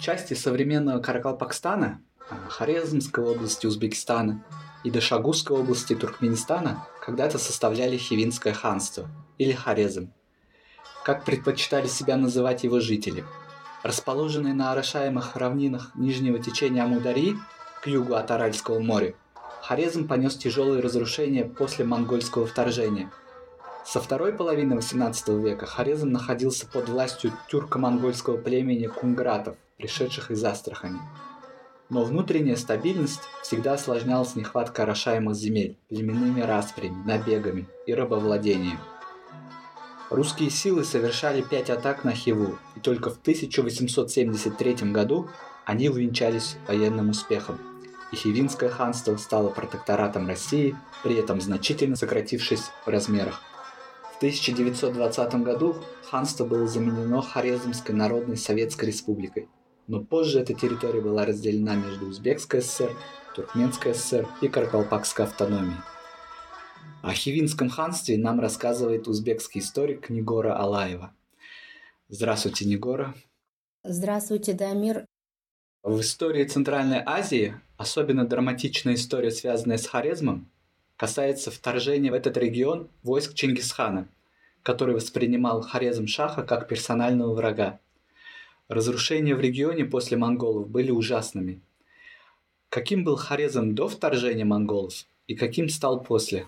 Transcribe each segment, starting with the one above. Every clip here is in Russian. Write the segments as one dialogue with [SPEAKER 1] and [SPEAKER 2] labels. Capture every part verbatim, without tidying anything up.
[SPEAKER 1] Части современного Каракалпакстана, Хорезмской области Узбекистана и Дошагузской области Туркменистана когда-то составляли Хивинское ханство или Хорезм, как предпочитали себя называть его жители. Расположенные на орошаемых равнинах нижнего течения Амударьи к югу от Аральского моря, Хорезм понес тяжелые разрушения после монгольского вторжения. Со второй половины восемнадцатого века Хорезм находился под властью тюрко-монгольского племени кунгратов, пришедших из Астрахани. Но внутренняя стабильность всегда осложнялась нехваткой орошаемых земель, племенными распрями, набегами и рабовладением. Русские силы совершали пять атак на Хиву, и только в тысяча восемьсот семьдесят третьем году они увенчались военным успехом, и Хивинское ханство стало протекторатом России, при этом значительно сократившись в размерах. В тысяча девятьсот двадцатом году ханство было заменено Хорезмской Народной Советской Республикой, но позже эта территория была разделена между Узбекской ССР, Туркменской ССР и Каракалпакской автономией. О Хивинском ханстве нам рассказывает узбекский историк Нигора Алаева. Здравствуйте, Нигора.
[SPEAKER 2] Здравствуйте, Дамир.
[SPEAKER 1] В истории Центральной Азии особенно драматичная история, связанная с Хорезмом, касается вторжения в этот регион войск Чингисхана, который воспринимал Хорезм-Шаха как персонального врага. Разрушения в регионе после монголов были ужасными. Каким был Хорезм до вторжения монголов и каким стал после?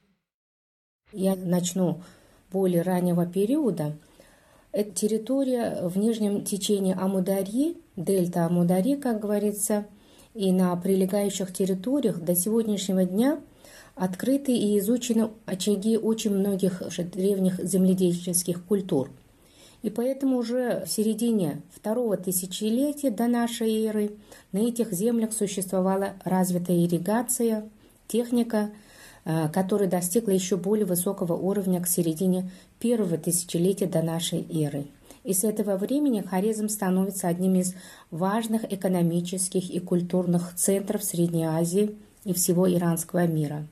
[SPEAKER 2] Я начну более раннего периода. Это территория в нижнем течении Амударьи, дельта Амударьи, как говорится, и на прилегающих территориях до сегодняшнего дня открыты и изучены очаги очень многих древних земледельческих культур. И поэтому уже в середине второго тысячелетия до нашей эры на этих землях существовала развитая ирригация, техника, которая достигла еще более высокого уровня к середине первого тысячелетия до нашей эры. И с этого времени Хорезм становится одним из важных экономических и культурных центров Средней Азии и всего иранского мира.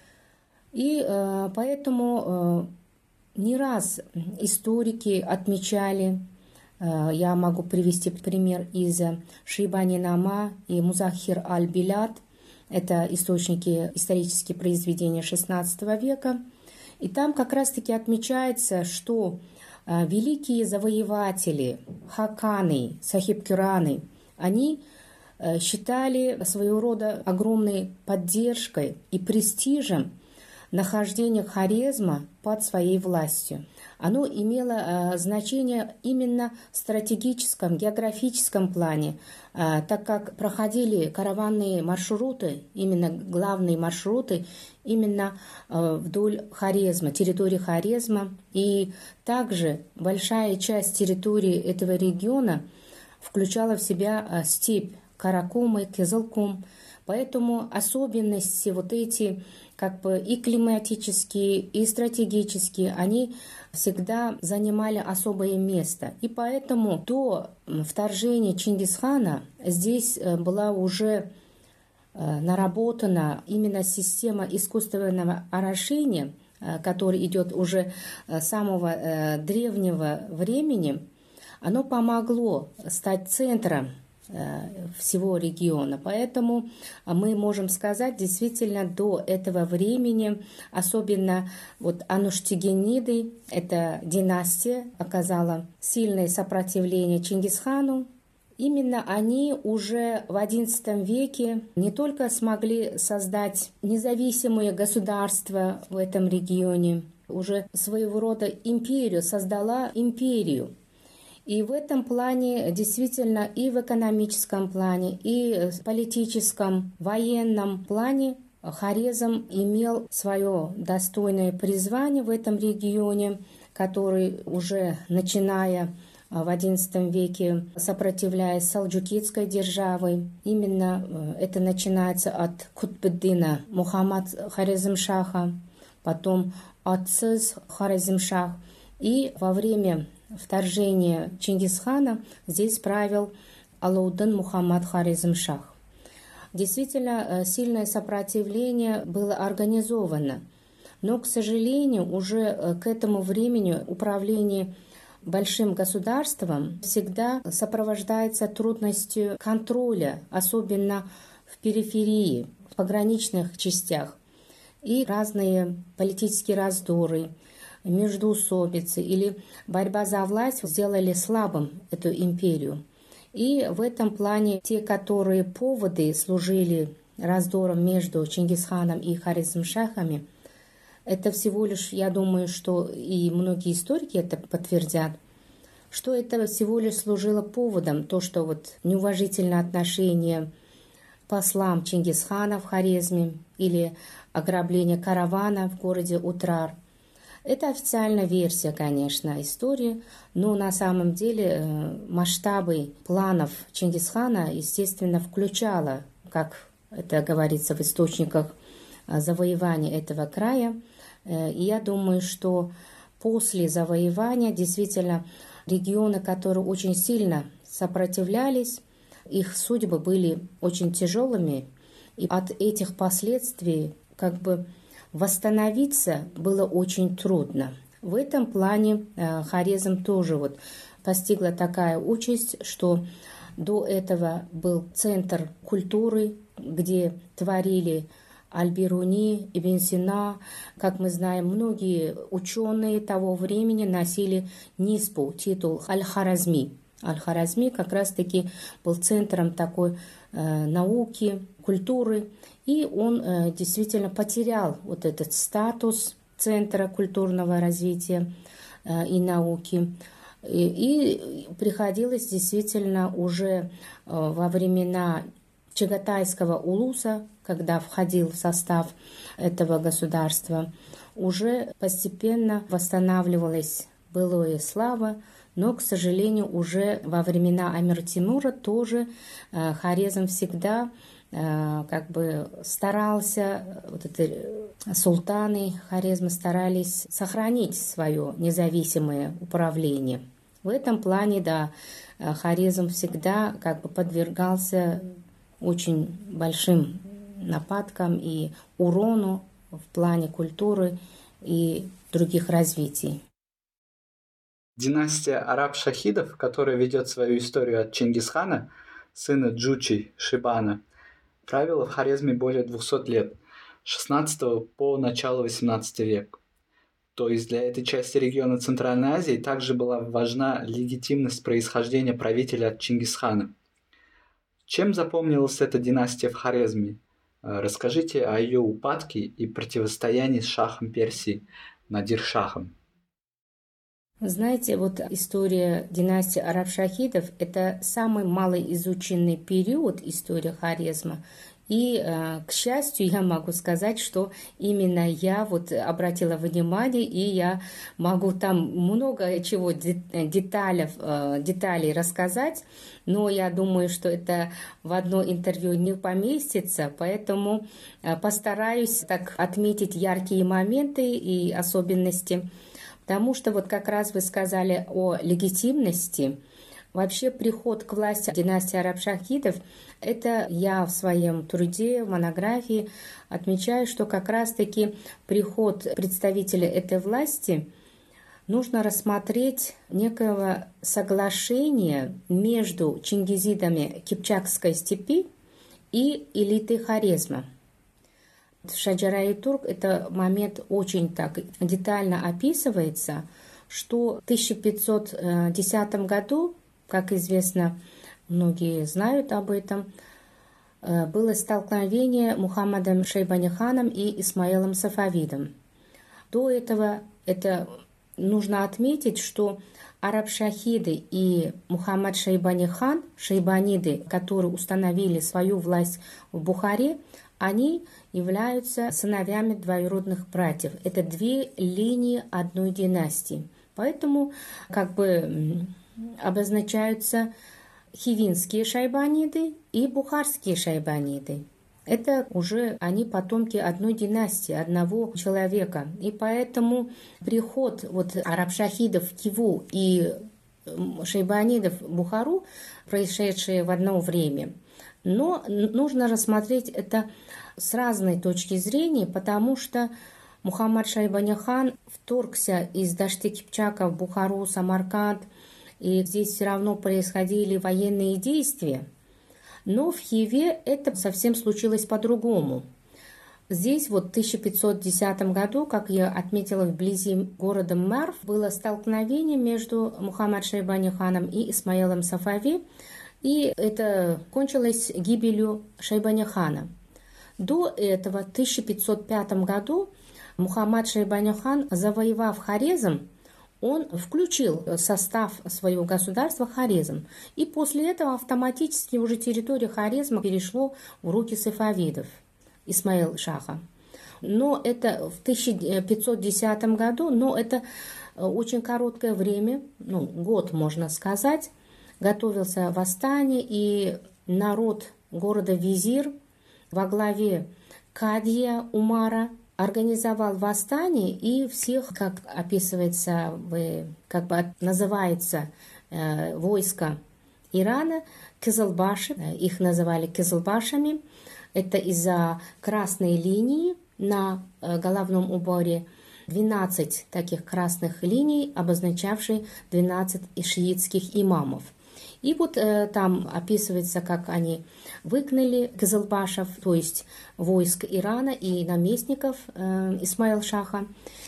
[SPEAKER 2] И э, поэтому э, не раз историки отмечали, э, я могу привести пример из Шейбани Нама и Музахир аль-Билад, это источники, исторические произведения шестнадцатого века, и там как раз-таки отмечается, что э, великие завоеватели, хаканы, сахиб-кюраны, они э, считали своего рода огромной поддержкой и престижем нахождение Хорезма под своей властью. Оно имело э, значение именно в стратегическом, географическом плане, э, так как проходили караванные маршруты, именно главные маршруты, именно э, вдоль Хорезма, территории Хорезма. И также большая часть территории этого региона включала в себя э, степь Каракумы, Кызылкум. Поэтому особенности вот эти, как бы и климатические, и стратегические, они всегда занимали особое место. И поэтому до вторжения Чингисхана здесь была уже наработана именно система искусственного орошения, которая идет уже с самого древнего времени. Оно помогло стать центром всего региона. Поэтому мы можем сказать, действительно, до этого времени, особенно вот Ануштигениды, эта династия, оказала сильное сопротивление Чингисхану. Именно они уже в одиннадцатом веке не только смогли создать независимое государство в этом регионе, уже своего рода империю, создала империю. И в этом плане действительно и в экономическом плане, и в политическом, военном плане Хорезм имел свое достойное призвание в этом регионе, который уже начиная в одиннадцатом веке, сопротивляясь салджукидской державе, именно это начинается от Кутбеддина Мухаммад Хорезмшаха, потом Ацыз Хорезмшах, и во время вторжения Чингисхана здесь правил Алауддин Мухаммад Хорезмшах. Действительно, сильное сопротивление было организовано, но, к сожалению, уже к этому времени управление большим государством всегда сопровождается трудностью контроля, особенно в периферии, в пограничных частях. И разные политические раздоры, междоусобицы или борьба за власть сделали слабым эту империю. И в этом плане те, которые поводы служили раздором между Чингисханом и Хорезмшахами, это всего лишь, я думаю, что и многие историки это подтвердят, что это всего лишь служило поводом, то, что вот неуважительное отношение послам Чингисхана в Хорезме или ограбление каравана в городе Утрар. Это официальная версия, конечно, истории, но на самом деле масштабы планов Чингисхана, естественно, включало, как это говорится в источниках, завоевания этого края. И я думаю, что после завоевания действительно регионы, которые очень сильно сопротивлялись, их судьбы были очень тяжелыми, и от этих последствий как бы восстановиться было очень трудно. В этом плане Хорезм тоже вот постигла такая участь, что до этого был центр культуры, где творили Аль-Бируни, Ибн Сина. Как мы знаем, многие ученые того времени носили ниспу, титул Аль-Харазми. Аль-Харазми как раз-таки был центром такой э, науки, культуры, и он э, действительно потерял вот этот статус центра культурного развития э, и науки. И, и приходилось действительно уже э, во времена Чагатайского улуса, когда входил в состав этого государства, уже постепенно восстанавливалась былая слава, но, к сожалению, уже во времена Амир-Тимура тоже э, Хорезм всегда э, как бы старался, вот это, султаны Хорезма старались сохранить свое независимое управление. В этом плане, да, Хорезм всегда как бы подвергался очень большим нападкам и урону в плане культуры и других развитий.
[SPEAKER 1] Династия араб-шахидов, которая ведет свою историю от Чингисхана, сына Джучи Шибана, правила в Хорезме более двухсот лет, с шестнадцатого по начало восемнадцатого века. То есть для этой части региона Центральной Азии также была важна легитимность происхождения правителя от Чингисхана. Чем запомнилась эта династия в Хорезме? Расскажите о ее упадке и противостоянии с шахом Персии Надир-шахом.
[SPEAKER 2] Знаете, вот история династии араб-шахидов – это самый малоизученный период истории Хорезма. И, к счастью, я могу сказать, что именно я вот обратила внимание, и я могу там много чего, деталей, деталей рассказать, но я думаю, что это в одно интервью не поместится, поэтому постараюсь так отметить яркие моменты и особенности. Потому что вот как раз вы сказали о легитимности. Вообще приход к власти династии араб-шахидов, это я в своем труде, в монографии отмечаю, что как раз-таки приход представителей этой власти нужно рассмотреть некого соглашения между чингизидами Кипчакской степи и элитой Хорезма. В Шаджара-и-Турк этот момент очень так детально описывается, что в тысяча пятьсот десятом году, как известно, многие знают об этом, было столкновение Мухаммадом Шейбани-ханом и Исмаилом Сафавидом. До этого это нужно отметить, что араб-шахиды и Мухаммад Шейбани-хан, шейбаниды, которые установили свою власть в Бухаре, они являются сыновьями двоюродных братьев. Это две линии одной династии. Поэтому как бы обозначаются хивинские шайбаниды и бухарские шайбаниды. Это уже они потомки одной династии, одного человека. И поэтому приход вот араб-шахидов в Киву и шайбанидов в Бухару, происшедшие в одно время, но нужно рассмотреть это с разной точки зрения, потому что Мухаммад Шайбани хан вторгся из Дашти Кипчака в Бухару, Самарканд, и здесь все равно происходили военные действия. Но в Хиве это совсем случилось по-другому. Здесь вот в тысяча пятьсот десятом году, как я отметила, вблизи города Марв, было столкновение между Мухаммад Шайбани ханом и Исмаилом Сафави, и это кончилось гибелью Шайбани хана. До этого, в тысяча пятьсот пятом году, Мухаммад Шайбани хан, завоевав Хорезм, он включил в состав своего государства Хорезм. И после этого автоматически уже территория Хорезма перешло в руки сафавидов, Исмаил Шаха. Но это в тысяча пятьсот десятом году, но это очень короткое время, ну, год, можно сказать, готовился восстание, и народ города Визир во главе Кадия Умара организовал восстание, и всех, как описывается, как бы называется э, войско Ирана, Кызылбаши, их называли Кызылбашами, это из-за красной линии на э, головном уборе, двенадцать таких красных линий, обозначавшие двенадцать шиитских имамов. И вот э, там описывается, как они выгнали Кызылбашев, то есть войск Ирана и наместников э, Исмаил Шаха.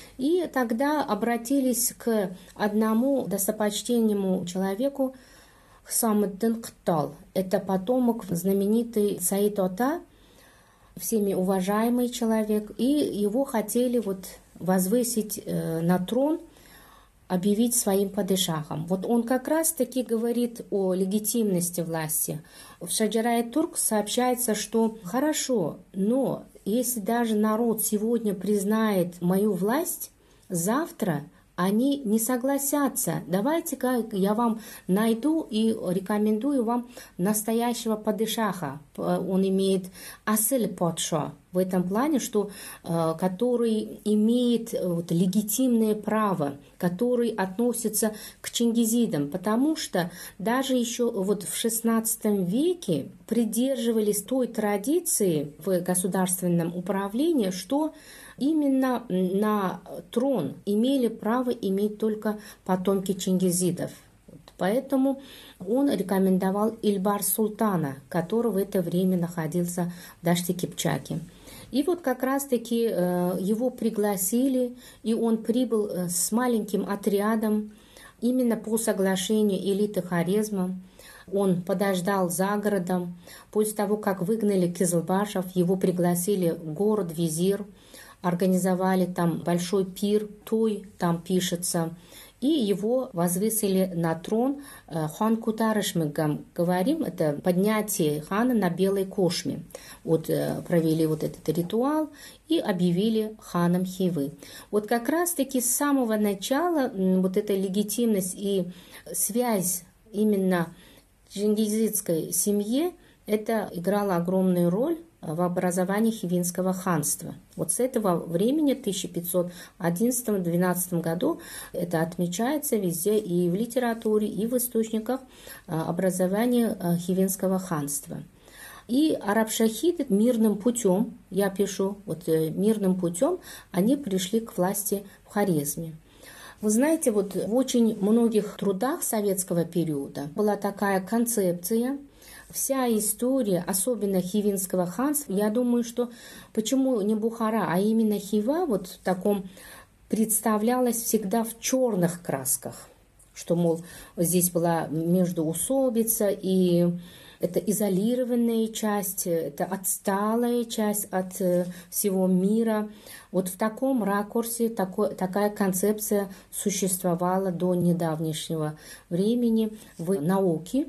[SPEAKER 2] И тогда обратились к одному достопочтенному человеку, Хсамуддин Кыттал. Это потомок знаменитый Саид Ота, всеми уважаемый человек. И его хотели вот возвысить э, на трон, объявить своим падишахом. Вот он как раз-таки говорит о легитимности власти. В Шаджарай-Турк сообщается, что хорошо, но если даже народ сегодня признает мою власть, завтра они не согласятся. Давайте-ка я вам найду и рекомендую вам настоящего падишаха. Он имеет асель падша в этом плане, что, который имеет вот, легитимное право, который относится к чингизидам, потому что даже еще вот в шестнадцатом веке придерживались той традиции в государственном управлении, что именно на трон имели право иметь только потомки чингизидов. Поэтому он рекомендовал Ильбар Султана, который в это время находился в Дашти Кипчаке. И вот как раз-таки его пригласили, и он прибыл с маленьким отрядом именно по соглашению элиты Хорезма. Он подождал за городом. После того, как выгнали Кызылбашев, его пригласили в город Визир, организовали там большой пир, той там пишется, и его возвысили на трон. Хан Кутарыш, мы говорим, это поднятие хана на белой кошме. Вот провели вот этот ритуал и объявили ханом Хивы. Вот как раз-таки с самого начала вот эта легитимность и связь именно чингизидской семьи, это играло огромную роль в образовании Хивинского ханства. Вот с этого времени, в тысяча пятьсот одиннадцатом-двенадцатом году, это отмечается везде и в литературе, и в источниках образования Хивинского ханства. И араб-шахиды мирным путем, я пишу, вот мирным путем, они пришли к власти в Хорезме. Вы знаете, вот в очень многих трудах советского периода была такая концепция. Вся история, особенно Хивинского ханства, я думаю, что почему не Бухара, а именно Хива вот в таком представлялась всегда в черных красках, что, мол, здесь была междоусобица, и это изолированная часть, это отсталая часть от всего мира. Вот в таком ракурсе такой, такая концепция существовала до недавнего времени в науке.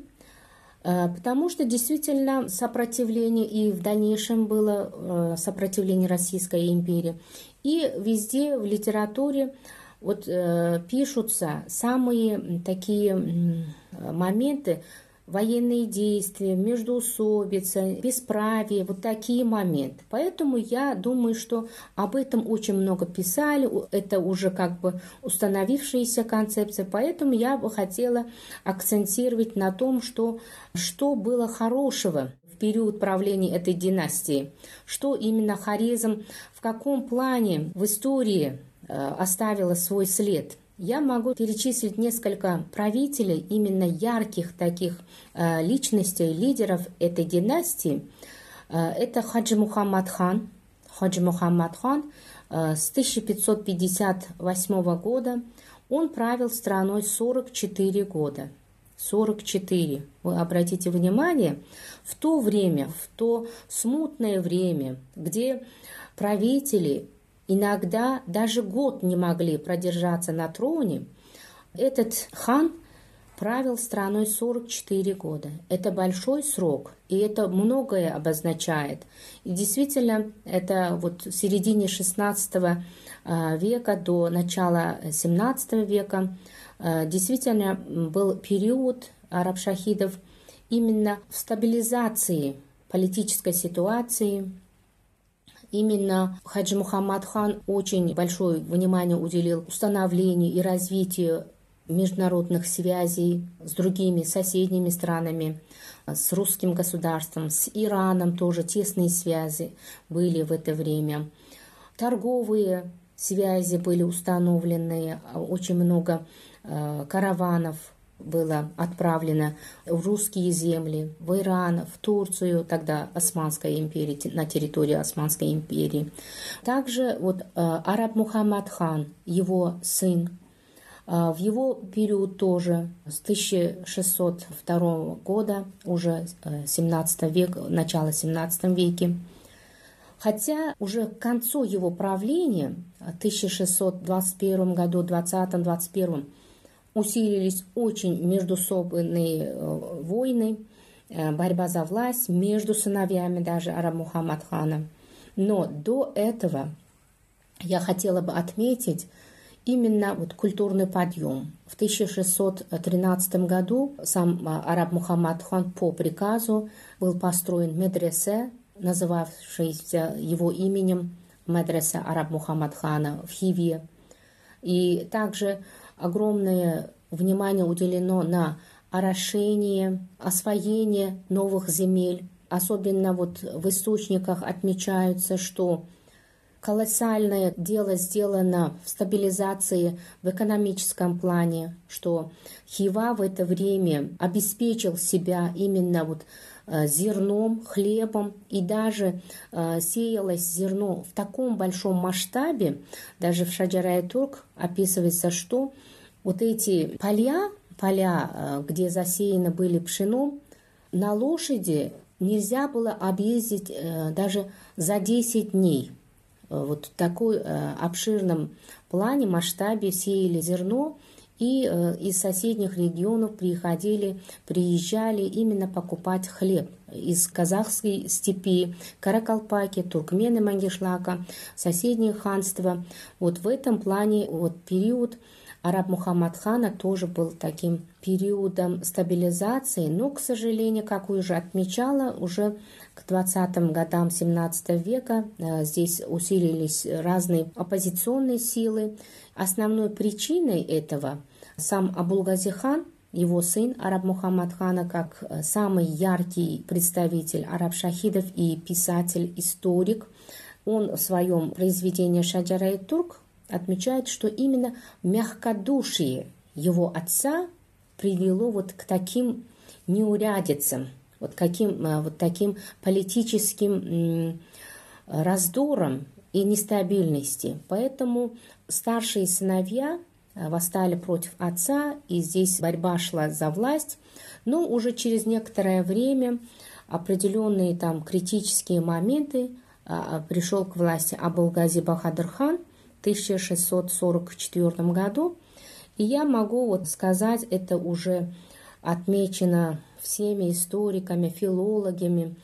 [SPEAKER 2] Потому что действительно сопротивление и в дальнейшем было сопротивление Российской империи. И везде в литературе вот пишутся самые такие моменты, военные действия, междоусобица, бесправие, вот такие моменты. Поэтому я думаю, что об этом очень много писали, это уже как бы установившаяся концепция, поэтому я бы хотела акцентировать на том, что, что было хорошего в период правления этой династии. Что именно Хорезм, в каком плане в истории оставила свой след. Я могу перечислить несколько правителей, именно ярких таких личностей, лидеров этой династии. Это Хаджи Мухаммад хан. Хаджи Мухаммад хан с тысяча пятьсот пятьдесят восьмого года он правил страной сорок четыре года. сорок четыре. Вы обратите внимание, в то время, в то смутное время, где правители иногда даже год не могли продержаться на троне, этот хан правил страной сорок четыре года. Это большой срок, и это многое обозначает. И действительно, это вот в середине шестнадцатого века до начала семнадцатого века действительно был период араб-шахидов именно в стабилизации политической ситуации. Именно Хаджи Мухаммад хан очень большое внимание уделил установлению и развитию международных связей с другими соседними странами, с русским государством, с Ираном тоже тесные связи были в это время. Торговые связи были установлены, очень много караванов было отправлено в русские земли, в Иран, в Турцию, тогда Османской империи, на территории Османской империи. Также вот Араб Мухаммад хан, его сын, в его период тоже с тысяча шестьсот второго года, уже семнадцатый век, начало семнадцатого веке. Хотя уже к концу его правления, в тысяча шестьсот двадцать первом году, двадцатом двадцать первом, усилились очень междусобные войны, борьба за власть между сыновьями даже Араб Мухаммад хана. Но до этого я хотела бы отметить именно вот культурный подъем. В тысяча шестьсот тринадцатом году сам Араб Мухаммад хан по приказу был построен медресе, называвшийся его именем, медресе Араб Мухаммад хана в Хиве. И также огромное внимание уделено на орошение, освоение новых земель. Особенно вот в источниках отмечается, что колоссальное дело сделано в стабилизации в экономическом плане, что Хива в это время обеспечил себя именно вот зерном, хлебом, и даже э, сеялось зерно в таком большом масштабе, даже в Шаджар-ай-Турк описывается, что вот эти поля, поля, э, где засеяны были пшеном, на лошади нельзя было объездить э, даже за десять дней. Вот в такой э, обширном плане, масштабе сеяли зерно, и э, из соседних регионов приходили, приезжали именно покупать хлеб из казахской степи, Каракалпаки, туркмены Мангишлака, соседние ханства. Вот в этом плане вот период Араб Мухаммад хана тоже был таким периодом стабилизации, но, к сожалению, как я уже отмечала, уже к двадцатым годам семнадцатого века э, здесь усилились разные оппозиционные силы. Основной причиной этого сам Абул-Гази хан, его сын Араб Мухаммад хана, как самый яркий представитель араб-шахидов и писатель-историк, он в своем произведении «Шаджар-ай-Турк» отмечает, что именно мягкодушие его отца привело вот к таким неурядицам, вот, каким, вот таким политическим раздорам и нестабильности. Поэтому старшие сыновья восстали против отца, и здесь борьба шла за власть. Но уже через некоторое время, определенные там критические моменты, пришел к власти Абул-Гази Бахадр хан в тысяча шестьсот сорок четвёртом году. И я могу вот сказать, это уже отмечено всеми историками, филологами,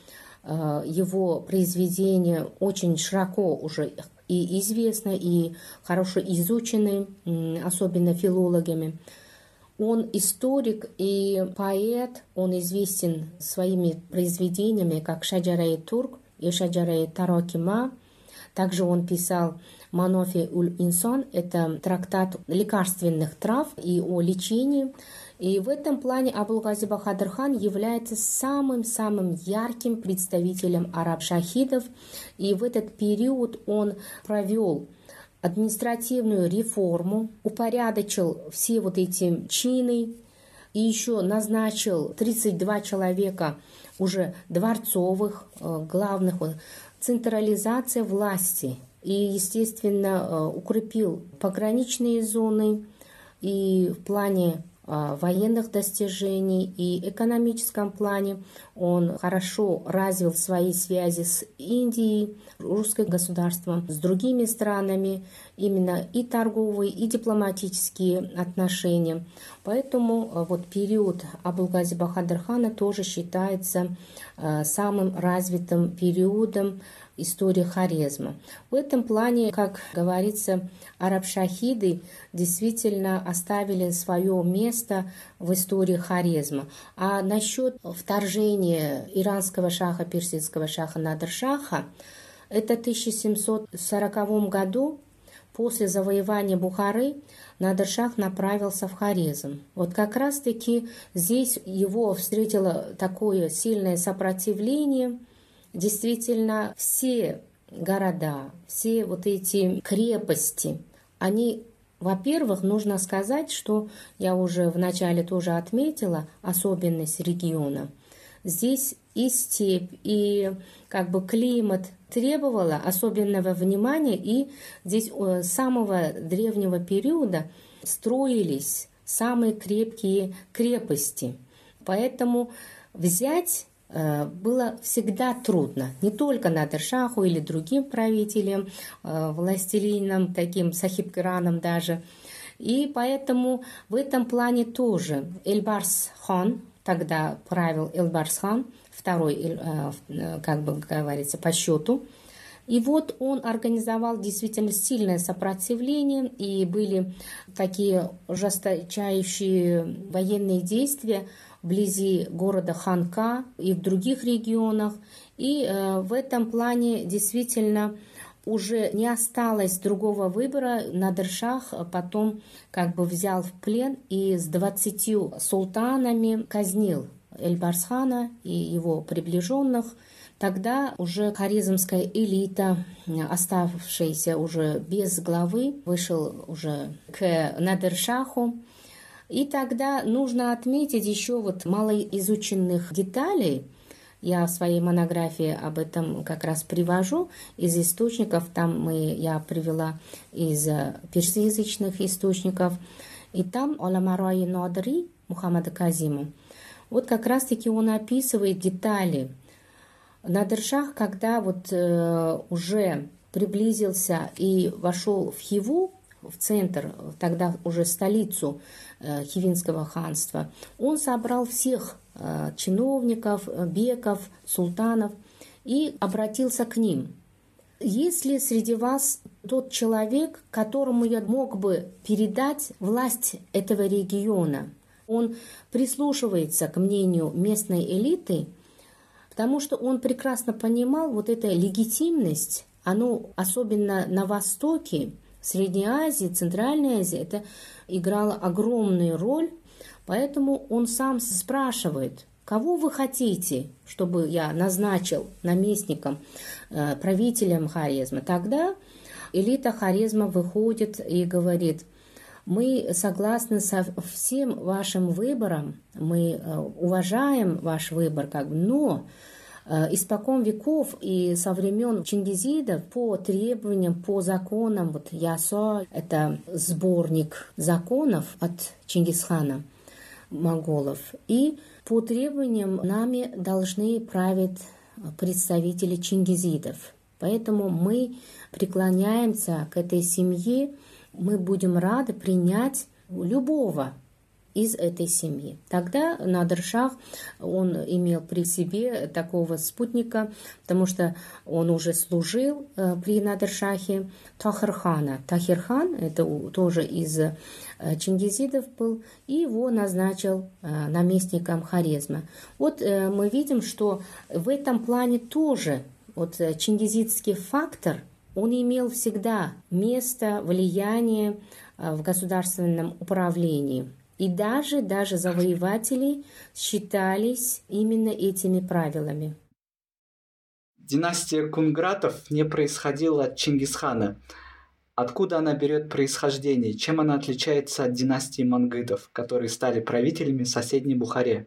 [SPEAKER 2] его произведения очень широко уже и известны, и хорошо изучены, особенно филологами. Он историк и поэт, он известен своими произведениями, как «Шаджар-ай-Турк» и «Шаджар-ай-Таракима». Также он писал «Манофи уль инсан», это трактат лекарственных трав и о лечении. И в этом плане Абул-Гази Бахадр-хан является самым-самым ярким представителем араб-шахидов. И в этот период он провел административную реформу, упорядочил все вот эти чины и еще назначил тридцать два человека уже дворцовых, главных, централизация власти. И, естественно, укрепил пограничные зоны и в плане военных достижений и экономическом плане он хорошо развил свои связи с Индией, русским государством, с другими странами, именно и торговые, и дипломатические отношения. Поэтому вот период Абул-Гази Бахадр-хана тоже считается самым развитым периодом истории Хорезма. В этом плане, как говорится, араб-шахиды действительно оставили свое место в истории Хорезма. А насчет вторжения иранского шаха, персидского шаха Надр-шаха, это в тысяча семьсот сороковом году, после завоевания Бухары, Надр-шах направился в Хорезм. Вот как раз-таки здесь его встретило такое сильное сопротивление. Действительно, все города, все вот эти крепости, они, во-первых, нужно сказать, что я уже вначале тоже отметила особенность региона. Здесь и степь, и как бы климат требовало особенного внимания, и здесь с самого древнего периода строились самые крепкие крепости. Поэтому взять было всегда трудно, не только Надр-шаху или другим правителям, властелинам, таким Сахиб-Гираном даже. И поэтому в этом плане тоже Эльбарс-хан, тогда правил Эльбарс-хан, второй, как бы говорится, по счету. И вот он организовал действительно сильное сопротивление, и были такие ужесточающие военные действия вблизи города Ханка и в других регионах. И э, в этом плане действительно уже не осталось другого выбора. Надр-шах потом как бы взял в плен и с двадцатью султанами казнил Эльбарс-хана и его приближенных. Тогда уже хорезмская элита, оставшаяся уже без главы, вышел уже к Надр-шаху. И тогда нужно отметить еще вот малоизученных деталей. Я в своей монографии об этом как раз привожу из источников. Там мы, я привела из персоязычных источников. И там Оламаруай Нодри Мухаммада Казима. Вот как раз-таки он описывает детали. Надр-шах, когда вот э, уже приблизился и вошел в Хиву, в центр, тогда уже столицу э, Хивинского ханства, он собрал всех э, чиновников, беков, султанов и обратился к ним. Есть ли среди вас тот человек, которому я мог бы передать власть этого региона? Он прислушивается к мнению местной элиты, потому что он прекрасно понимал вот эта легитимность, оно особенно на Востоке, в Средней Азии, Центральной Азии, это играло огромную роль, поэтому он сам спрашивает, кого вы хотите, чтобы я назначил наместником, правителем Хорезма. Тогда элита Хорезма выходит и говорит, мы согласны со всем вашим выбором, мы уважаем ваш выбор, как бы, но испокон веков и со времен Чингизида по требованиям, по законам, вот Ясо, это сборник законов от Чингисхана, монголов, и по требованиям нами должны править представители чингизидов. Поэтому мы преклоняемся к этой семье, мы будем рады принять любого из этой семьи. Тогда Надр-шах, он имел при себе такого спутника, потому что он уже служил э, при Надр-шахе, Тахир-хана. Тахир-хан, это тоже из э, чингизидов был, и его назначил э, наместником Хорезма. Вот э, мы видим, что в этом плане тоже вот, э, чингизидский фактор он имел всегда место, влияние в государственном управлении. И даже, даже завоеватели считались именно этими правилами.
[SPEAKER 1] Династия кунгратов не происходила от Чингисхана. Откуда она берет происхождение? Чем она отличается от династии мангытов, которые стали правителями в соседней Бухаре?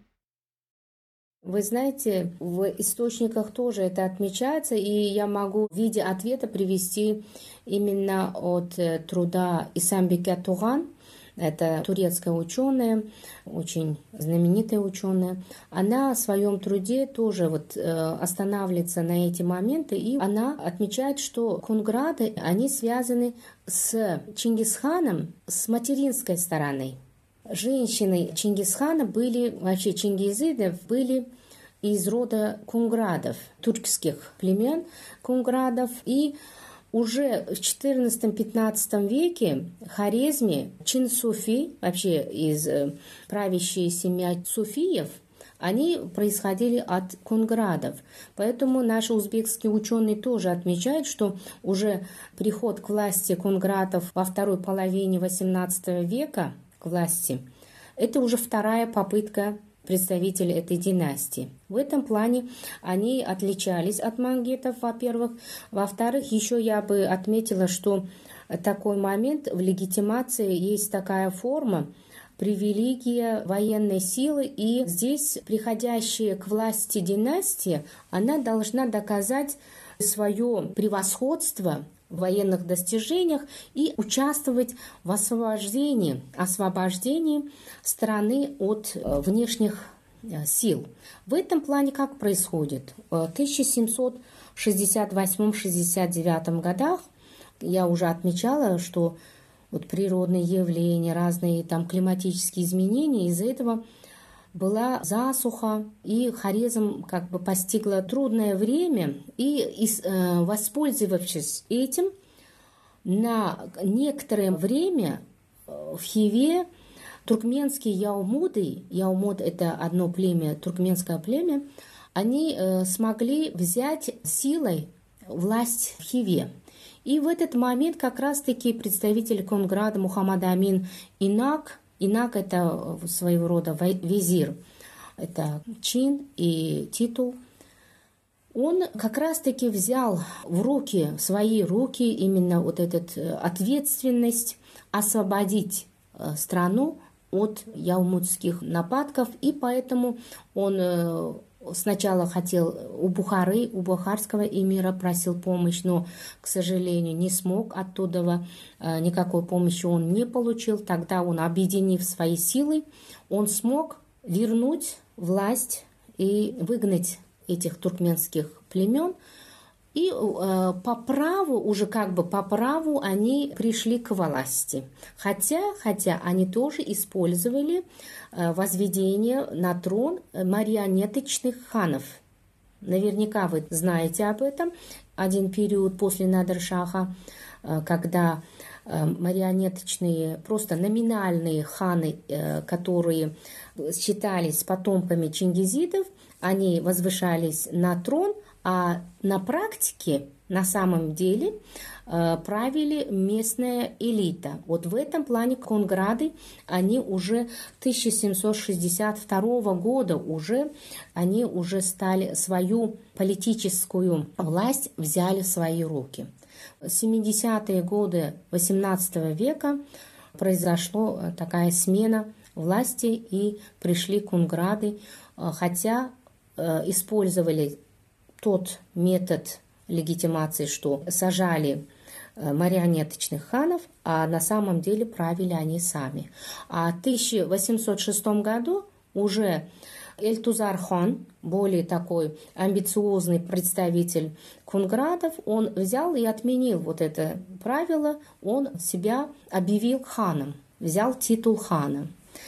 [SPEAKER 2] Вы знаете, в источниках тоже это отмечается, и я могу в виде ответа привести именно от труда Исамбеке Туган. Это турецкая ученая, очень знаменитая ученая. Она в своем труде тоже вот останавливается на эти моменты, и она отмечает, что кунграды, они связаны с Чингисханом с материнской стороны. Женщины Чингисхана были, вообще чингизидов, были из рода кунградов, тюркских племен кунградов, и уже в четырнадцатом-пятнадцатом веке Хорезми, чин суфи, вообще из правящей семья суфиев, они происходили от кунградов. Поэтому наши узбекские ученые тоже отмечают, что уже приход к власти кунградов во второй половине восемнадцатого века к власти, это уже вторая попытка представители этой династии. В этом плане они отличались от мангитов, во-первых. Во-вторых, еще я бы отметила, что такой момент в легитимации есть такая форма привилегия военной силы, и здесь приходящая к власти династия, она должна доказать свое превосходство в военных достижениях и участвовать в освобождении, освобождении страны от внешних сил. В этом плане как происходит? В тысяча семьсот шестьдесят восьмом — шестьдесят девятом годах я уже отмечала, что вот природные явления, разные там климатические изменения, из-за этого была засуха, и Хорезм как бы постигла трудное время, и, и э, воспользовавшись этим, на некоторое время в Хиве туркменские яумуды, яумуд — это одно племя, туркменское племя, они э, смогли взять силой власть в Хиве. И в этот момент как раз-таки представитель Кунграда Мухаммад Амин Инак, Инак — это своего рода визир, это чин и титул. Он как раз-таки взял в руки, в свои руки именно вот эту ответственность освободить страну от яумутских нападков, и поэтому он сначала хотел у Бухары, у бухарского эмира просил помощь, но, к сожалению, не смог оттуда, никакой помощи он не получил. Тогда он, объединив свои силы, он смог вернуть власть и выгнать этих туркменских племен. И э, по праву, уже как бы по праву они пришли к власти. Хотя, хотя они тоже использовали э, возведение на трон марионеточных ханов. Наверняка вы знаете об этом. Один период после Надыр-Шаха, э, когда э, марионеточные, просто номинальные ханы, э, которые считались потомками чингизидов, они возвышались на трон, а на практике, на самом деле, правили местная элита. Вот в этом плане кунграды, они уже тысяча семьсот шестьдесят второго года уже, они уже стали свою политическую власть взяли в свои руки. В семидесятые годы восемнадцатого века произошла такая смена власти, и пришли кунграды, хотя использовали тот метод легитимации, что сажали марионеточных ханов, а на самом деле правили они сами. А в тысяча восемьсот шестом году уже Эльтузар хан, более такой амбициозный представитель кунградов, он взял и отменил вот это правило, он себя объявил ханом, взял титул хана.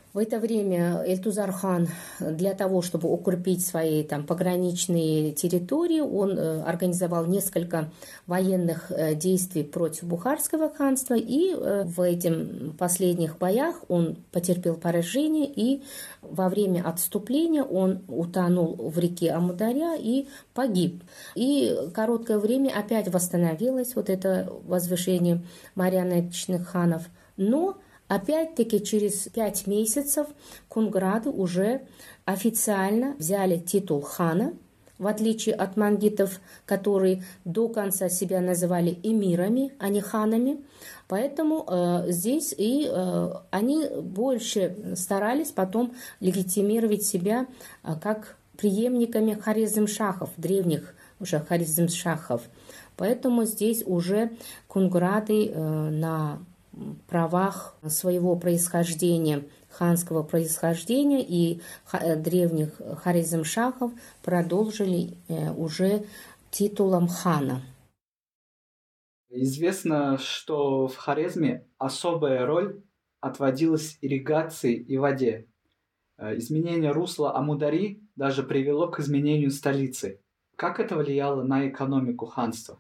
[SPEAKER 2] В это время Эльтузар хан для того, чтобы укрепить свои там, пограничные территории, он э, организовал несколько военных э, действий против Бухарского ханства, и э, в этих последних боях он потерпел поражение, и во время отступления он утонул в реке Амударья и погиб. И короткое время опять восстановилось вот это возвышение марионеточных ханов, но опять-таки через пять месяцев кунграды уже официально взяли титул хана, в отличие от мангитов, которые до конца себя называли эмирами, а не ханами. Поэтому э, здесь и э, они больше старались потом легитимировать себя э, как преемниками хорезм-шахов, древних уже хорезм-шахов. Поэтому здесь уже кунграды э, на правах своего происхождения, ханского происхождения и древних хорезм-шахов продолжили уже титулом хана.
[SPEAKER 1] Известно, что в Хорезме особая роль отводилась ирригации и воде. Изменение русла Амудари даже привело к изменению столицы. Как это влияло на экономику ханства?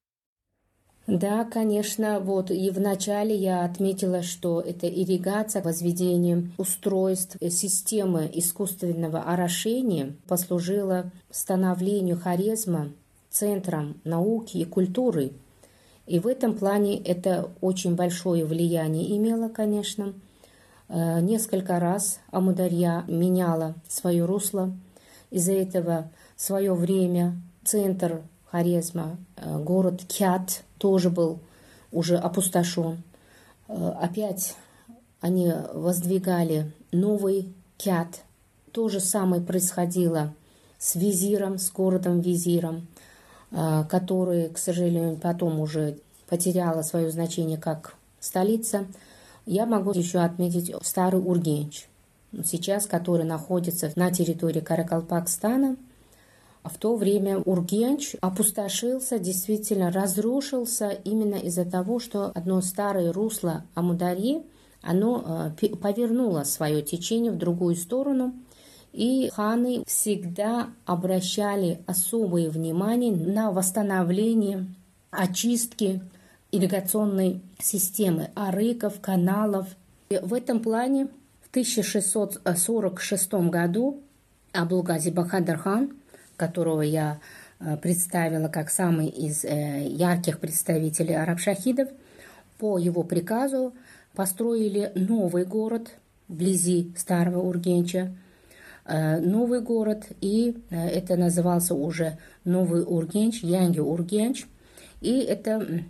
[SPEAKER 2] Да, конечно, вот и вначале я отметила, что это ирригация, возведение устройств, системы искусственного орошения послужила становлению Хорезма центром науки и культуры. И в этом плане это очень большое влияние имело, конечно. Несколько раз Амударья меняла свое русло. Из-за этого в свое время центр Хорезма, город Кят, тоже был уже опустошен. Опять они воздвигали новый Кят. То же самое происходило с Визиром, с городом Визиром, который, к сожалению, потом уже потеряла свое значение как столица. Я могу еще отметить Старый Ургенч, сейчас который находится на территории Каракалпакстана. В то время Ургенч опустошился, действительно разрушился именно из-за того, что одно старое русло Амударьи, оно повернуло свое течение в другую сторону, и ханы всегда обращали особое внимание на восстановление, очистки ирригационной системы, арыков, каналов. И в этом плане в тысяча шестьсот сорок шестом году Абулгази Бахадр хан, которого я представила как самый из ярких представителей араб-шахидов, по его приказу построили новый город вблизи Старого Ургенча, новый город, и это назывался уже Новый Ургенч, Янги Ургенч, и это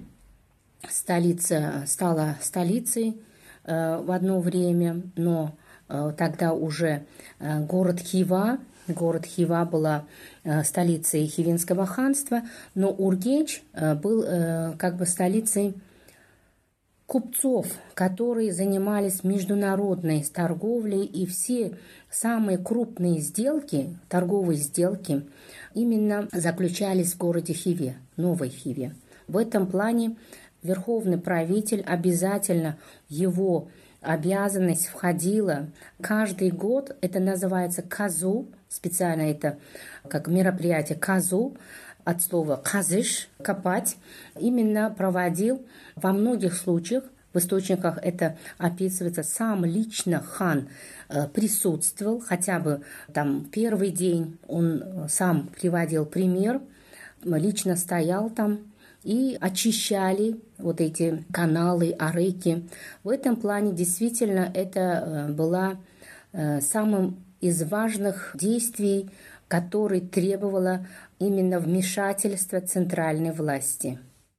[SPEAKER 2] столица стала столицей в одно время, но тогда уже город Хива, город Хива была столицей Хивинского ханства, но Ургенч был как бы столицей купцов, которые занимались международной торговлей, и все самые крупные сделки, торговые сделки, именно заключались в городе Хиве, Новой Хиве. В этом плане верховный правитель обязательно, его обязанность входила каждый год, это называется казу, специально это как мероприятие казу, от слова казыш, копать, именно проводил во многих случаях, в источниках это описывается, сам лично хан присутствовал, хотя бы там первый день он сам приводил пример, лично стоял там, и очищали вот эти каналы, арыки. В этом плане действительно это было самым из важных действий, которое требовало именно вмешательства центральной власти.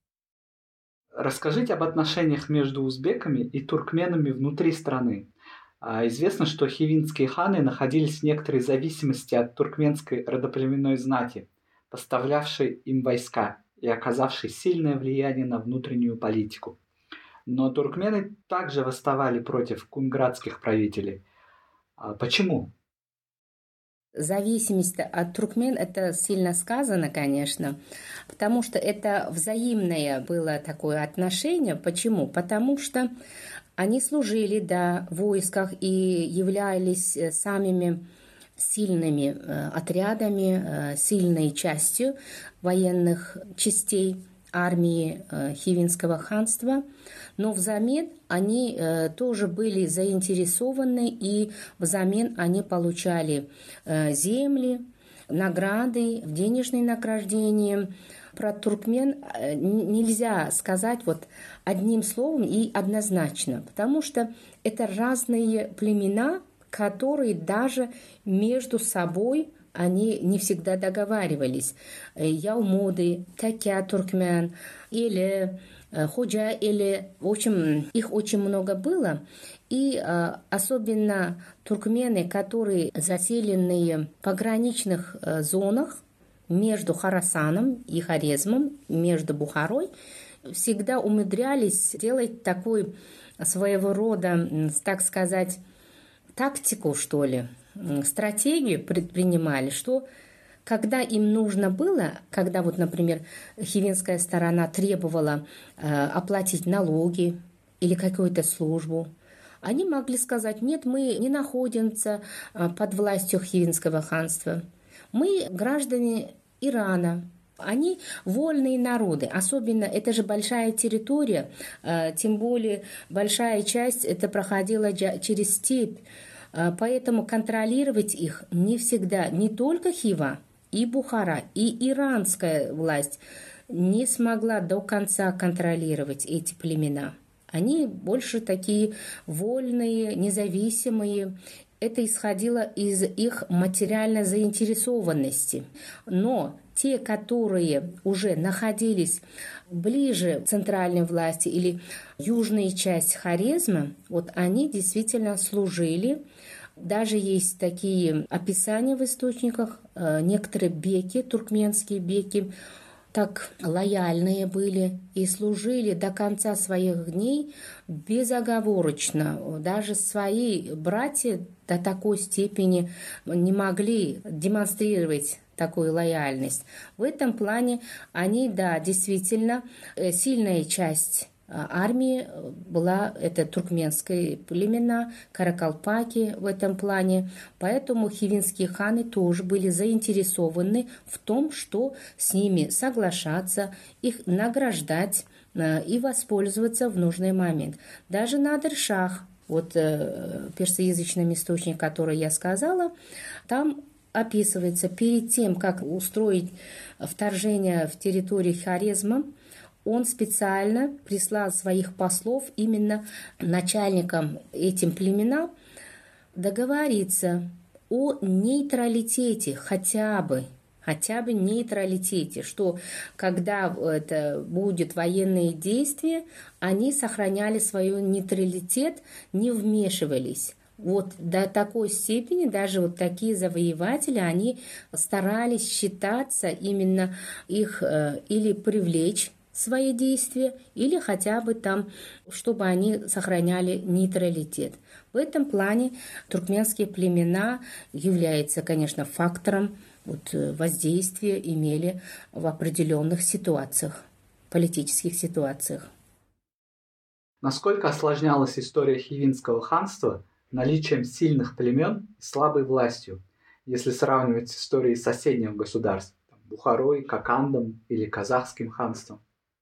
[SPEAKER 1] Расскажите об отношениях между узбеками и туркменами внутри страны. Известно, что хивинские ханы находились в некоторой зависимости от туркменской родоплеменной знати, поставлявшей им войска и оказавшей сильное влияние на внутреннюю политику. Но туркмены также восставали против кунградских правителей. Почему?
[SPEAKER 2] Зависимость от туркмен — это сильно сказано, конечно, потому что это взаимное было такое отношение. Почему? Потому что они служили, да, в войсках и являлись самыми сильными отрядами, сильной частью военных частей армии Хивинского ханства, но взамен они тоже были заинтересованы, и взамен они получали земли, награды, денежные награждения. Про туркмен нельзя сказать вот одним словом и однозначно, потому что это разные племена, которые даже между собой они не всегда договаривались. Яумуды, Такя туркмен, или Ходжа, или, в общем, их очень много было. И а, особенно туркмены, которые заселенные в пограничных а, зонах между Хорасаном и Хорезмом, между Бухарой, всегда умудрялись делать такой своего рода, так сказать, тактику, что ли, стратегию предпринимали, что когда им нужно было, когда вот, например, хивинская сторона требовала э, оплатить налоги или какую-то службу, они могли сказать: нет, мы не находимся э, под властью Хивинского ханства, мы граждане Ирана. Они вольные народы, особенно это же большая территория, э, тем более большая часть это проходила через степь. Поэтому контролировать их не всегда, не только Хива, и Бухара, и иранская власть не смогла до конца контролировать эти племена. Они больше такие вольные, независимые. Это исходило из их материальной заинтересованности. Но те, которые уже находились ближе к центральной власти или южная часть Хорезма, вот они действительно служили. Даже есть такие описания в источниках. Некоторые беки, туркменские беки, так лояльные были и служили до конца своих дней безоговорочно. Даже свои братья до такой степени не могли демонстрировать такую лояльность. В этом плане они, да, действительно, сильная часть армии была это туркменские племена, каракалпаки в этом плане. Поэтому хивинские ханы тоже были заинтересованы в том, что с ними соглашаться, их награждать и воспользоваться в нужный момент. Даже Надыр-Шах, вот персоязычный источник, который я сказала, там описывается, перед тем, как устроить вторжение в территорию Хорезма, он специально прислал своих послов именно начальникам этим племенам договориться о нейтралитете хотя бы, хотя бы нейтралитете, что когда это будет военные действия, они сохраняли свой нейтралитет, не вмешивались. Вот до такой степени даже вот такие завоеватели, они старались считаться именно их э, или привлечь свои действия, или хотя бы там, чтобы они сохраняли нейтралитет. В этом плане туркменские племена являются, конечно, фактором вот, воздействия, имели в определенных ситуациях, политических ситуациях.
[SPEAKER 1] Насколько осложнялась история Хивинского ханства наличием сильных племен и слабой властью, если сравнивать с историей соседних государств, Бухарой, Кокандом или Казахским ханством?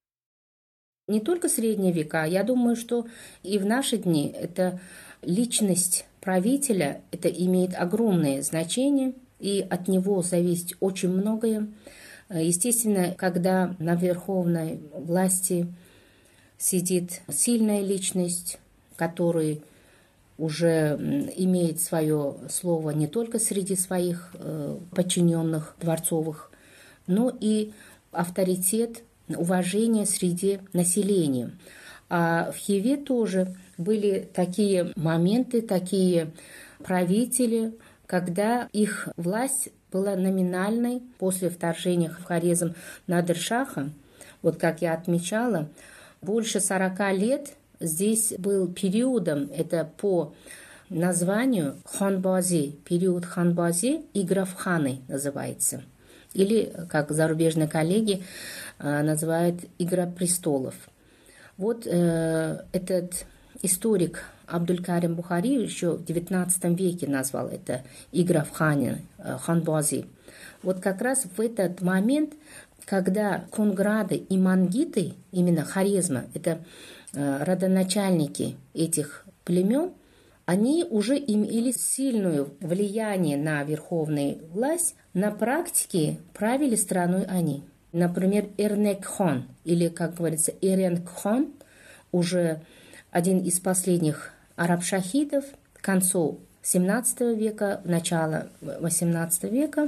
[SPEAKER 2] Не только средние века, я думаю, что и в наши дни это личность правителя, это имеет огромное значение, и от него зависит очень многое. Естественно, когда на верховной власти сидит сильная личность, который уже имеет свое слово не только среди своих подчиненных дворцовых, но и авторитет, уважение среди населения. А в Хиве тоже были такие моменты, такие правители, когда их власть была номинальной после вторжения в Хорезм Надыр-Шаха. Вот как я отмечала, больше сорока лет здесь был периодом, это по названию ханбази, период ханбази, игра в ханы называется. Или, как зарубежные коллеги называют, игра престолов. Вот э, этот историк Абдулькарим Бухари еще в девятнадцатом веке назвал это игра в хане, ханбази. Вот как раз в этот момент, когда конграды и мангиты, именно Хорезма, это э, родоначальники этих племен, они уже имели сильное влияние на верховную власть, на практике правили страной они. Например, Эрнек-хан, или, как говорится, Эренк-хан, уже один из последних араб-шахидов к концу семнадцатого века, начало восемнадцатого века,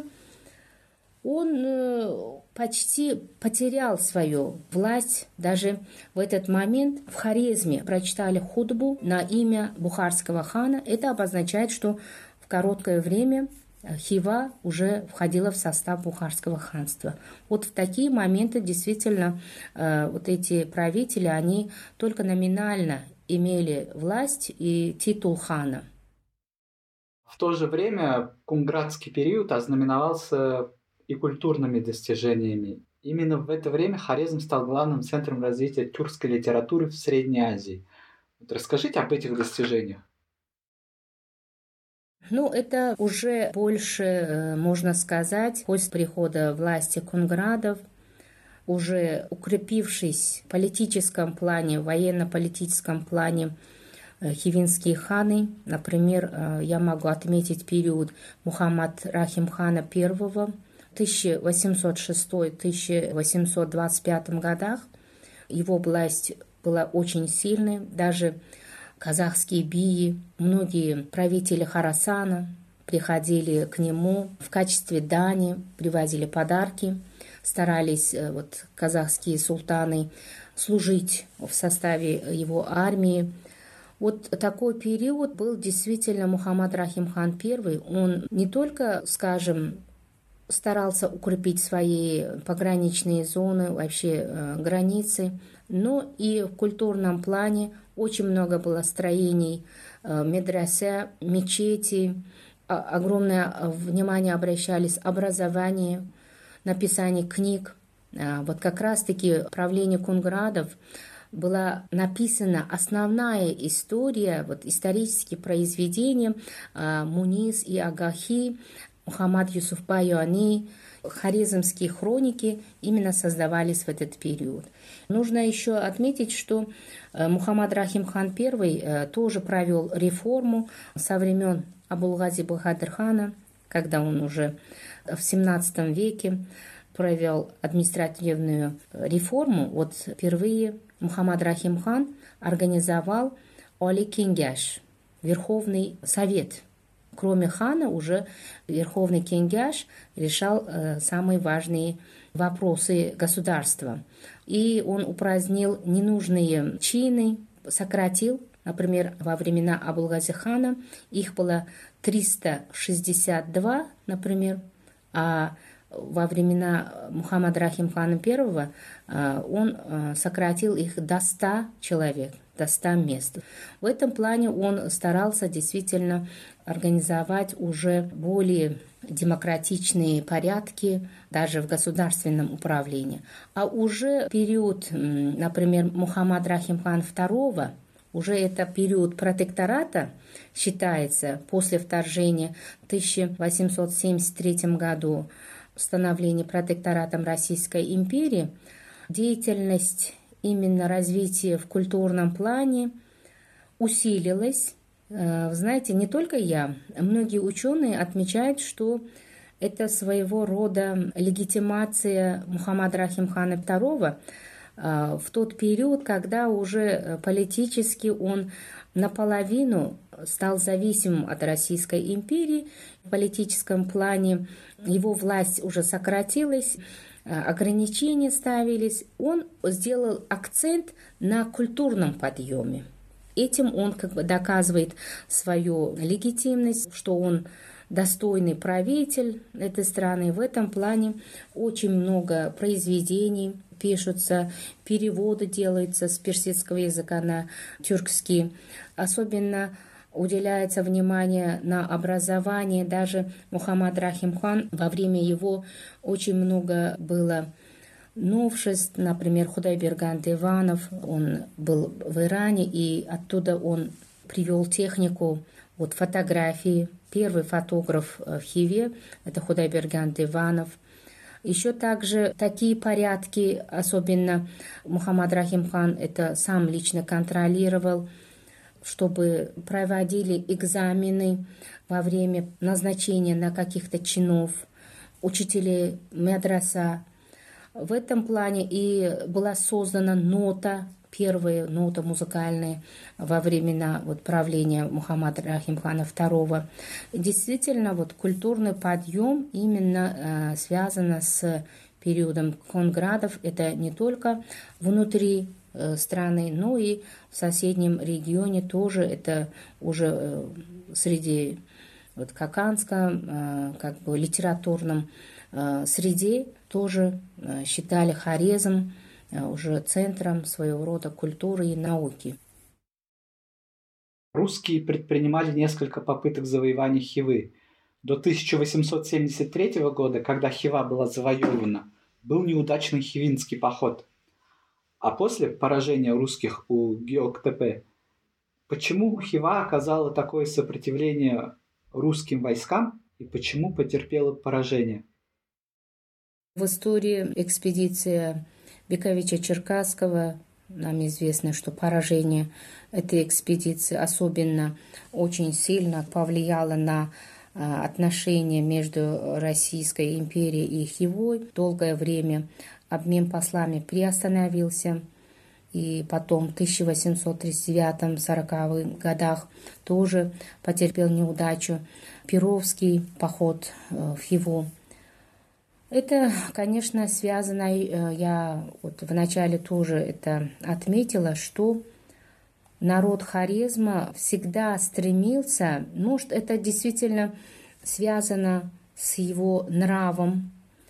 [SPEAKER 2] он почти потерял свою власть. Даже в этот момент в Хорезме прочитали хутбу на имя бухарского хана. Это обозначает, что в короткое время Хива уже входила в состав бухарского ханства. Вот в такие моменты действительно вот эти правители, они только номинально имели власть и титул хана.
[SPEAKER 1] В то же время кунградский период ознаменовался и культурными достижениями. Именно в это время Хорезм стал главным центром развития тюркской литературы в Средней Азии. Вот расскажите об этих достижениях.
[SPEAKER 2] Ну, это уже больше, можно сказать, после прихода власти кунградов, уже укрепившись в политическом плане, в военно-политическом плане, хивинские ханы. Например, я могу отметить период Мухаммад Рахим хана I, тысяча восемьсот шестой — тысяча восемьсот двадцать пятый годах. Его власть была очень сильной. Даже казахские бии, многие правители Хорасана приходили к нему в качестве дани, привозили подарки, старались вот, казахские султаны служить в составе его армии. Вот такой период был действительно Мухаммад Рахим хан I. Он не только, скажем, старался укрепить свои пограничные зоны, вообще э, границы, но и в культурном плане очень много было строений, э, медресе, мечети, а, огромное внимание обращались к образованию, написанию книг. А, вот как раз-таки правление кунградов была написана основная история, вот исторические произведения э, Мунис и Агахи, Мухаммад Юсуф Байоани, хорезмские хроники именно создавались в этот период. Нужно еще отметить, что Мухаммад Рахим хан I тоже провел реформу со времен Абулгази Бахадыр-хана, когда он уже в семнадцатом веке провел административную реформу. Вот впервые Мухаммад Рахим хан организовал Оли Кенгяш, Верховный Совет. Кроме хана, уже Верховный Кенгяш решал э, самые важные вопросы государства. И он упразднил ненужные чины, сократил, например, во времена Абулгази хана их было триста шестьдесят два, например, а во времена Мухаммада Рахим хана I он сократил их до ста человек, до ста мест. В этом плане он старался действительно организовать уже более демократичные порядки даже в государственном управлении. А уже период, например, Мухаммада Рахим хана второго, уже это период протектората считается после вторжения в тысяча восемьсот семьдесят третьем году, становления протекторатом Российской империи, деятельность именно развития в культурном плане усилилась. Знаете, не только я, многие ученые отмечают, что это своего рода легитимация Мухаммада Рахим хана второго в тот период, когда уже политически он наполовину стал зависимым от Российской империи. В политическом плане его власть уже сократилась, ограничения ставились. Он сделал акцент на культурном подъеме. Этим он как бы доказывает свою легитимность, что он достойный правитель этой страны. В этом плане очень много произведений пишутся, переводы делаются с персидского языка на тюркский. Особенно уделяется внимание на образование. Даже Мухаммад Рахим хан, во время его очень много было новшеств. Например, Худайберган Диванов, он был в Иране, и оттуда он привел технику вот, фотографии. Первый фотограф в Хиве – это Худайберган Диванов. Еще также такие порядки, особенно Мухаммад Рахим хан это сам лично контролировал, чтобы проводили экзамены во время назначения на каких-то чинов, учителей медраса. В этом плане и была создана нота, первая нота музыкальная во времена вот, правления Мухаммада Рахим хана второго. Действительно, вот, культурный подъем именно э, связан с периодом конградов. Это не только внутри страны, но и в соседнем регионе тоже это уже среди вот, каканском, как бы литературном среде тоже считали Хорезм уже центром своего рода культуры и науки.
[SPEAKER 1] Русские предпринимали несколько попыток завоевания Хивы. До тысяча восемьсот семьдесят третьего года, когда Хива была завоевана, был неудачный хивинский поход. А после поражения русских у Геоктепе, почему Хива оказала такое сопротивление русским войскам и почему потерпела поражение?
[SPEAKER 2] В истории экспедиции Бековича Черкасского нам известно, что поражение этой экспедиции особенно очень сильно повлияло на отношения между Российской империей и Хивой. Долгое время обмен послами приостановился, и потом в тысяча восемьсот тридцать девятом — сороковых годах тоже потерпел неудачу Перовский поход в Хиву. Это, конечно, связано, я вот вначале тоже это отметила, что народ Хорезма всегда стремился, может, это действительно связано с его нравом.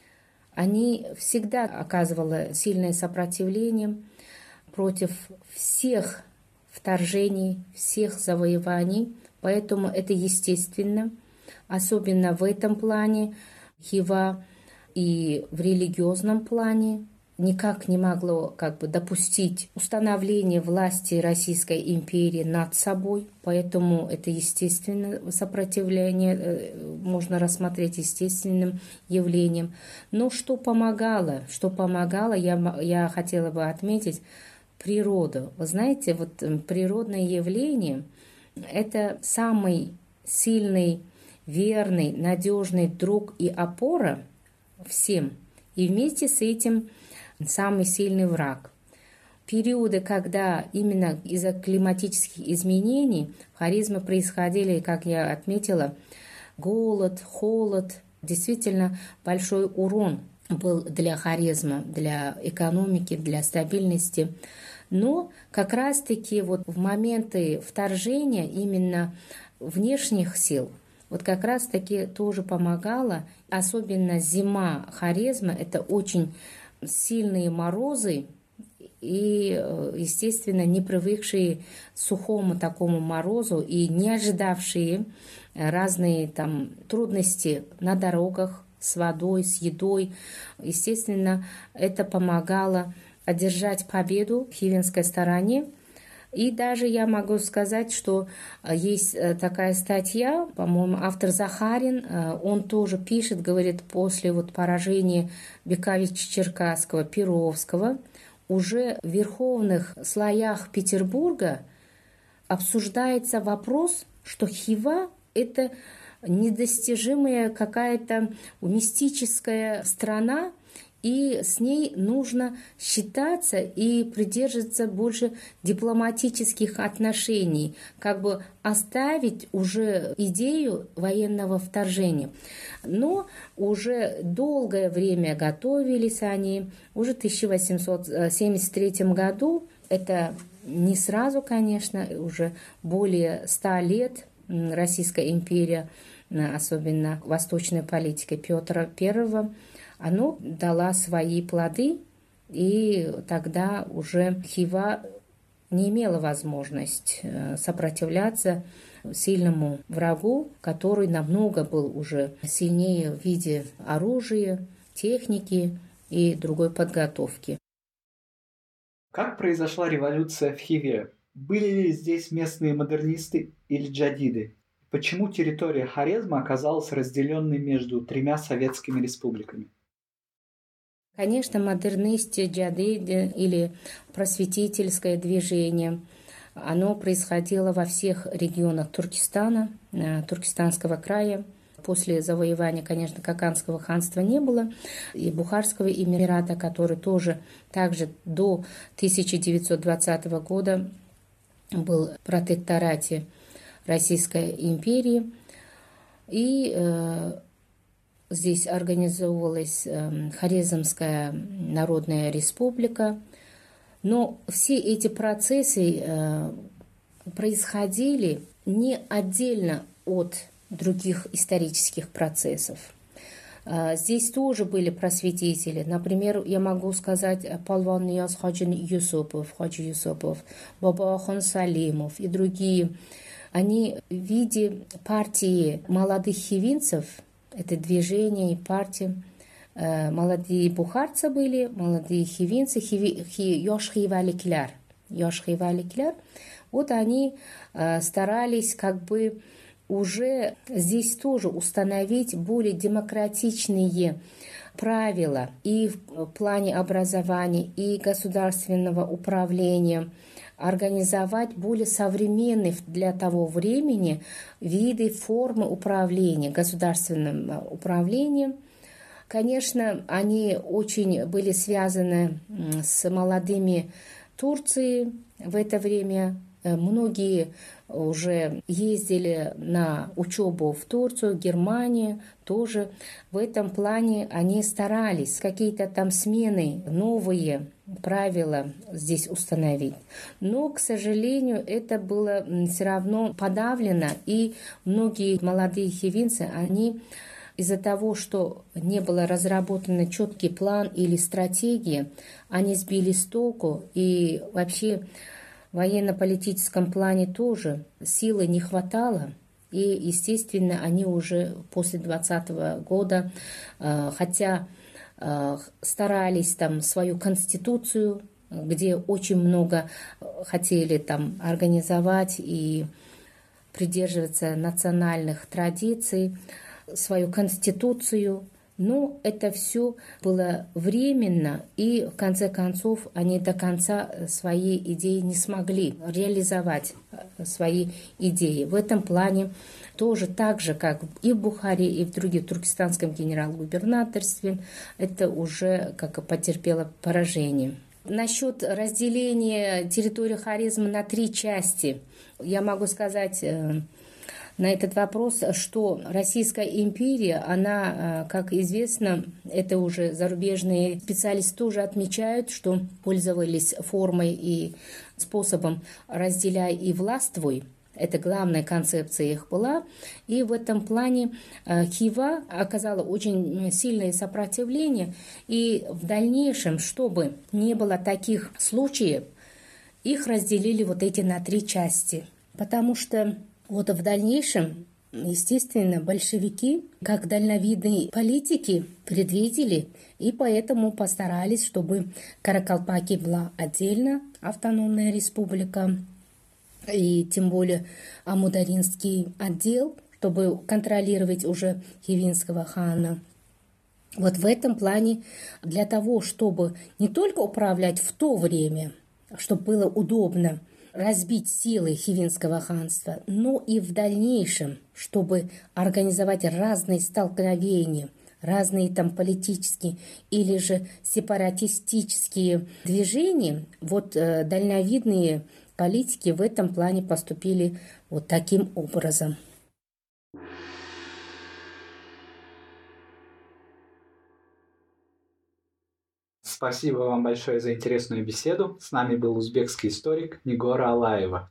[SPEAKER 2] Они всегда оказывали сильное сопротивление против всех вторжений, всех завоеваний, поэтому это естественно, особенно в этом плане Хива и в религиозном плане никак не могло как бы допустить установления власти Российской империи над собой, поэтому это естественно сопротивление можно рассмотреть естественным явлением. Но что помогало, что помогало, я, я хотела бы отметить природу. Вы знаете, вот природное явление – это самый сильный, верный, надежный друг и опора всем, и вместе с этим самый сильный враг. Периоды, когда именно из-за климатических изменений в Хорезме происходили, как я отметила, голод, холод, действительно большой урон был для Хорезма, для экономики, для стабильности. Но как раз-таки вот в моменты вторжения именно внешних сил, вот как раз-таки тоже помогало, особенно зима Хорезма, это очень сильные морозы и, естественно, не привыкшие к сухому такому морозу и не ожидавшие разные там трудности на дорогах с водой, с едой. Естественно, это помогало одержать победу в хивинской стороне. И даже я могу сказать, что есть такая статья, по-моему, автор Захарин, он тоже пишет, говорит, после вот поражения Бековича Черкасского, Перовского, уже в верховных слоях Петербурга обсуждается вопрос, что Хива – это недостижимая какая-то мистическая страна, и с ней нужно считаться и придерживаться больше дипломатических отношений, как бы оставить уже идею военного вторжения. Но уже долгое время готовились они, уже в тысяча восемьсот семьдесят третьем году, это не сразу, конечно, уже более ста лет Российская империя, особенно восточной политикой Петра Первого, оно дала свои плоды, и тогда уже Хива не имела возможность сопротивляться сильному врагу, который намного был уже сильнее в виде оружия, техники и другой подготовки.
[SPEAKER 1] Как произошла революция в Хиве? Были ли здесь местные модернисты или джадиды? Почему территория Хорезма оказалась разделенной между тремя советскими республиками?
[SPEAKER 2] Конечно, модернисты, джадиды или просветительское движение, оно происходило во всех регионах Туркестана, Туркестанского края. После завоевания, конечно, Каканского ханства не было, и Бухарского эмирата, который тоже также до тысяча девятьсот двадцатого года был в протекторате Российской империи. И э, здесь организовывалась э, Хорезмская народная республика. Но все эти процессы э, происходили не отдельно от других исторических процессов. Здесь тоже были просветители. Например, я могу сказать Палван Нияз Хаджи Юсупов, Хаджи Юсупов, Бабахан Салимов и другие. Они в виде партии молодых хивинцев, это движение и партия, молодые бухарцы были, молодые хивинцы, хиви, хи, Йош Хиваликляр. Йош Хиваликляр. Вот они старались как бы уже здесь тоже установить более демократичные правила и в плане образования, и государственного управления, организовать более современные для того времени виды, формы управления, государственным управлением. Конечно, они очень были связаны с молодыми Турцией в это время. Многие уже ездили на учебу в Турцию, Германию тоже. В этом плане они старались какие-то там смены, новые правила здесь установить. Но, к сожалению, это было все равно подавлено, и многие молодые хивинцы, они из-за того, что не было разработан четкий план или стратегия, они сбились с толку, и вообще в военно-политическом плане тоже силы не хватало, и, естественно, они уже после двадцатого года, хотя старались там свою конституцию, где очень много хотели там организовать и придерживаться национальных традиций, свою конституцию, но это все было временно, и в конце концов они до конца свои идеи не смогли реализовать, свои идеи. В этом плане тоже так же, как и в Бухаре, и в других туркестанском генерал-губернаторстве, это уже как потерпело поражение. Насчет разделения территории Хорезма на три части, я могу сказать на этот вопрос, что Российская империя, она, как известно, это уже зарубежные специалисты тоже отмечают, что пользовались формой и способом «разделяй и властвуй». Это главная концепция их была. И в этом плане Хива оказала очень сильное сопротивление. И в дальнейшем, чтобы не было таких случаев, их разделили вот эти на три части. Потому что вот в дальнейшем, естественно, большевики, как дальновидные политики, предвидели и поэтому постарались, чтобы Каракалпакия была отдельно автономная республика, и тем более Амударинский отдел, чтобы контролировать уже хивинского хана. Вот в этом плане для того, чтобы не только управлять в то время, чтобы было удобно разбить силы хивинского ханства, но и в дальнейшем, чтобы организовать разные столкновения, разные там политические или же сепаратистические движения, вот э, дальновидные политики в этом плане поступили вот таким образом.
[SPEAKER 1] Спасибо вам большое за интересную беседу. С нами был узбекский историк Нигора Алаева.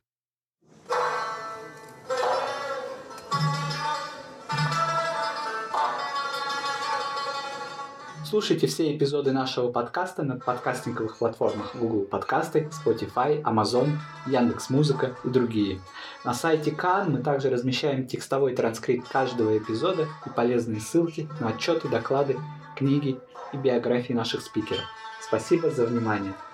[SPEAKER 1] Слушайте все эпизоды нашего подкаста на подкастинговых платформах Google Подкасты, Spotify, Amazon, Яндекс.Музыка и другие. На сайте Каан мы также размещаем текстовой транскрипт каждого эпизода и полезные ссылки на отчеты, доклады, книги и биографии наших спикеров. Спасибо за внимание.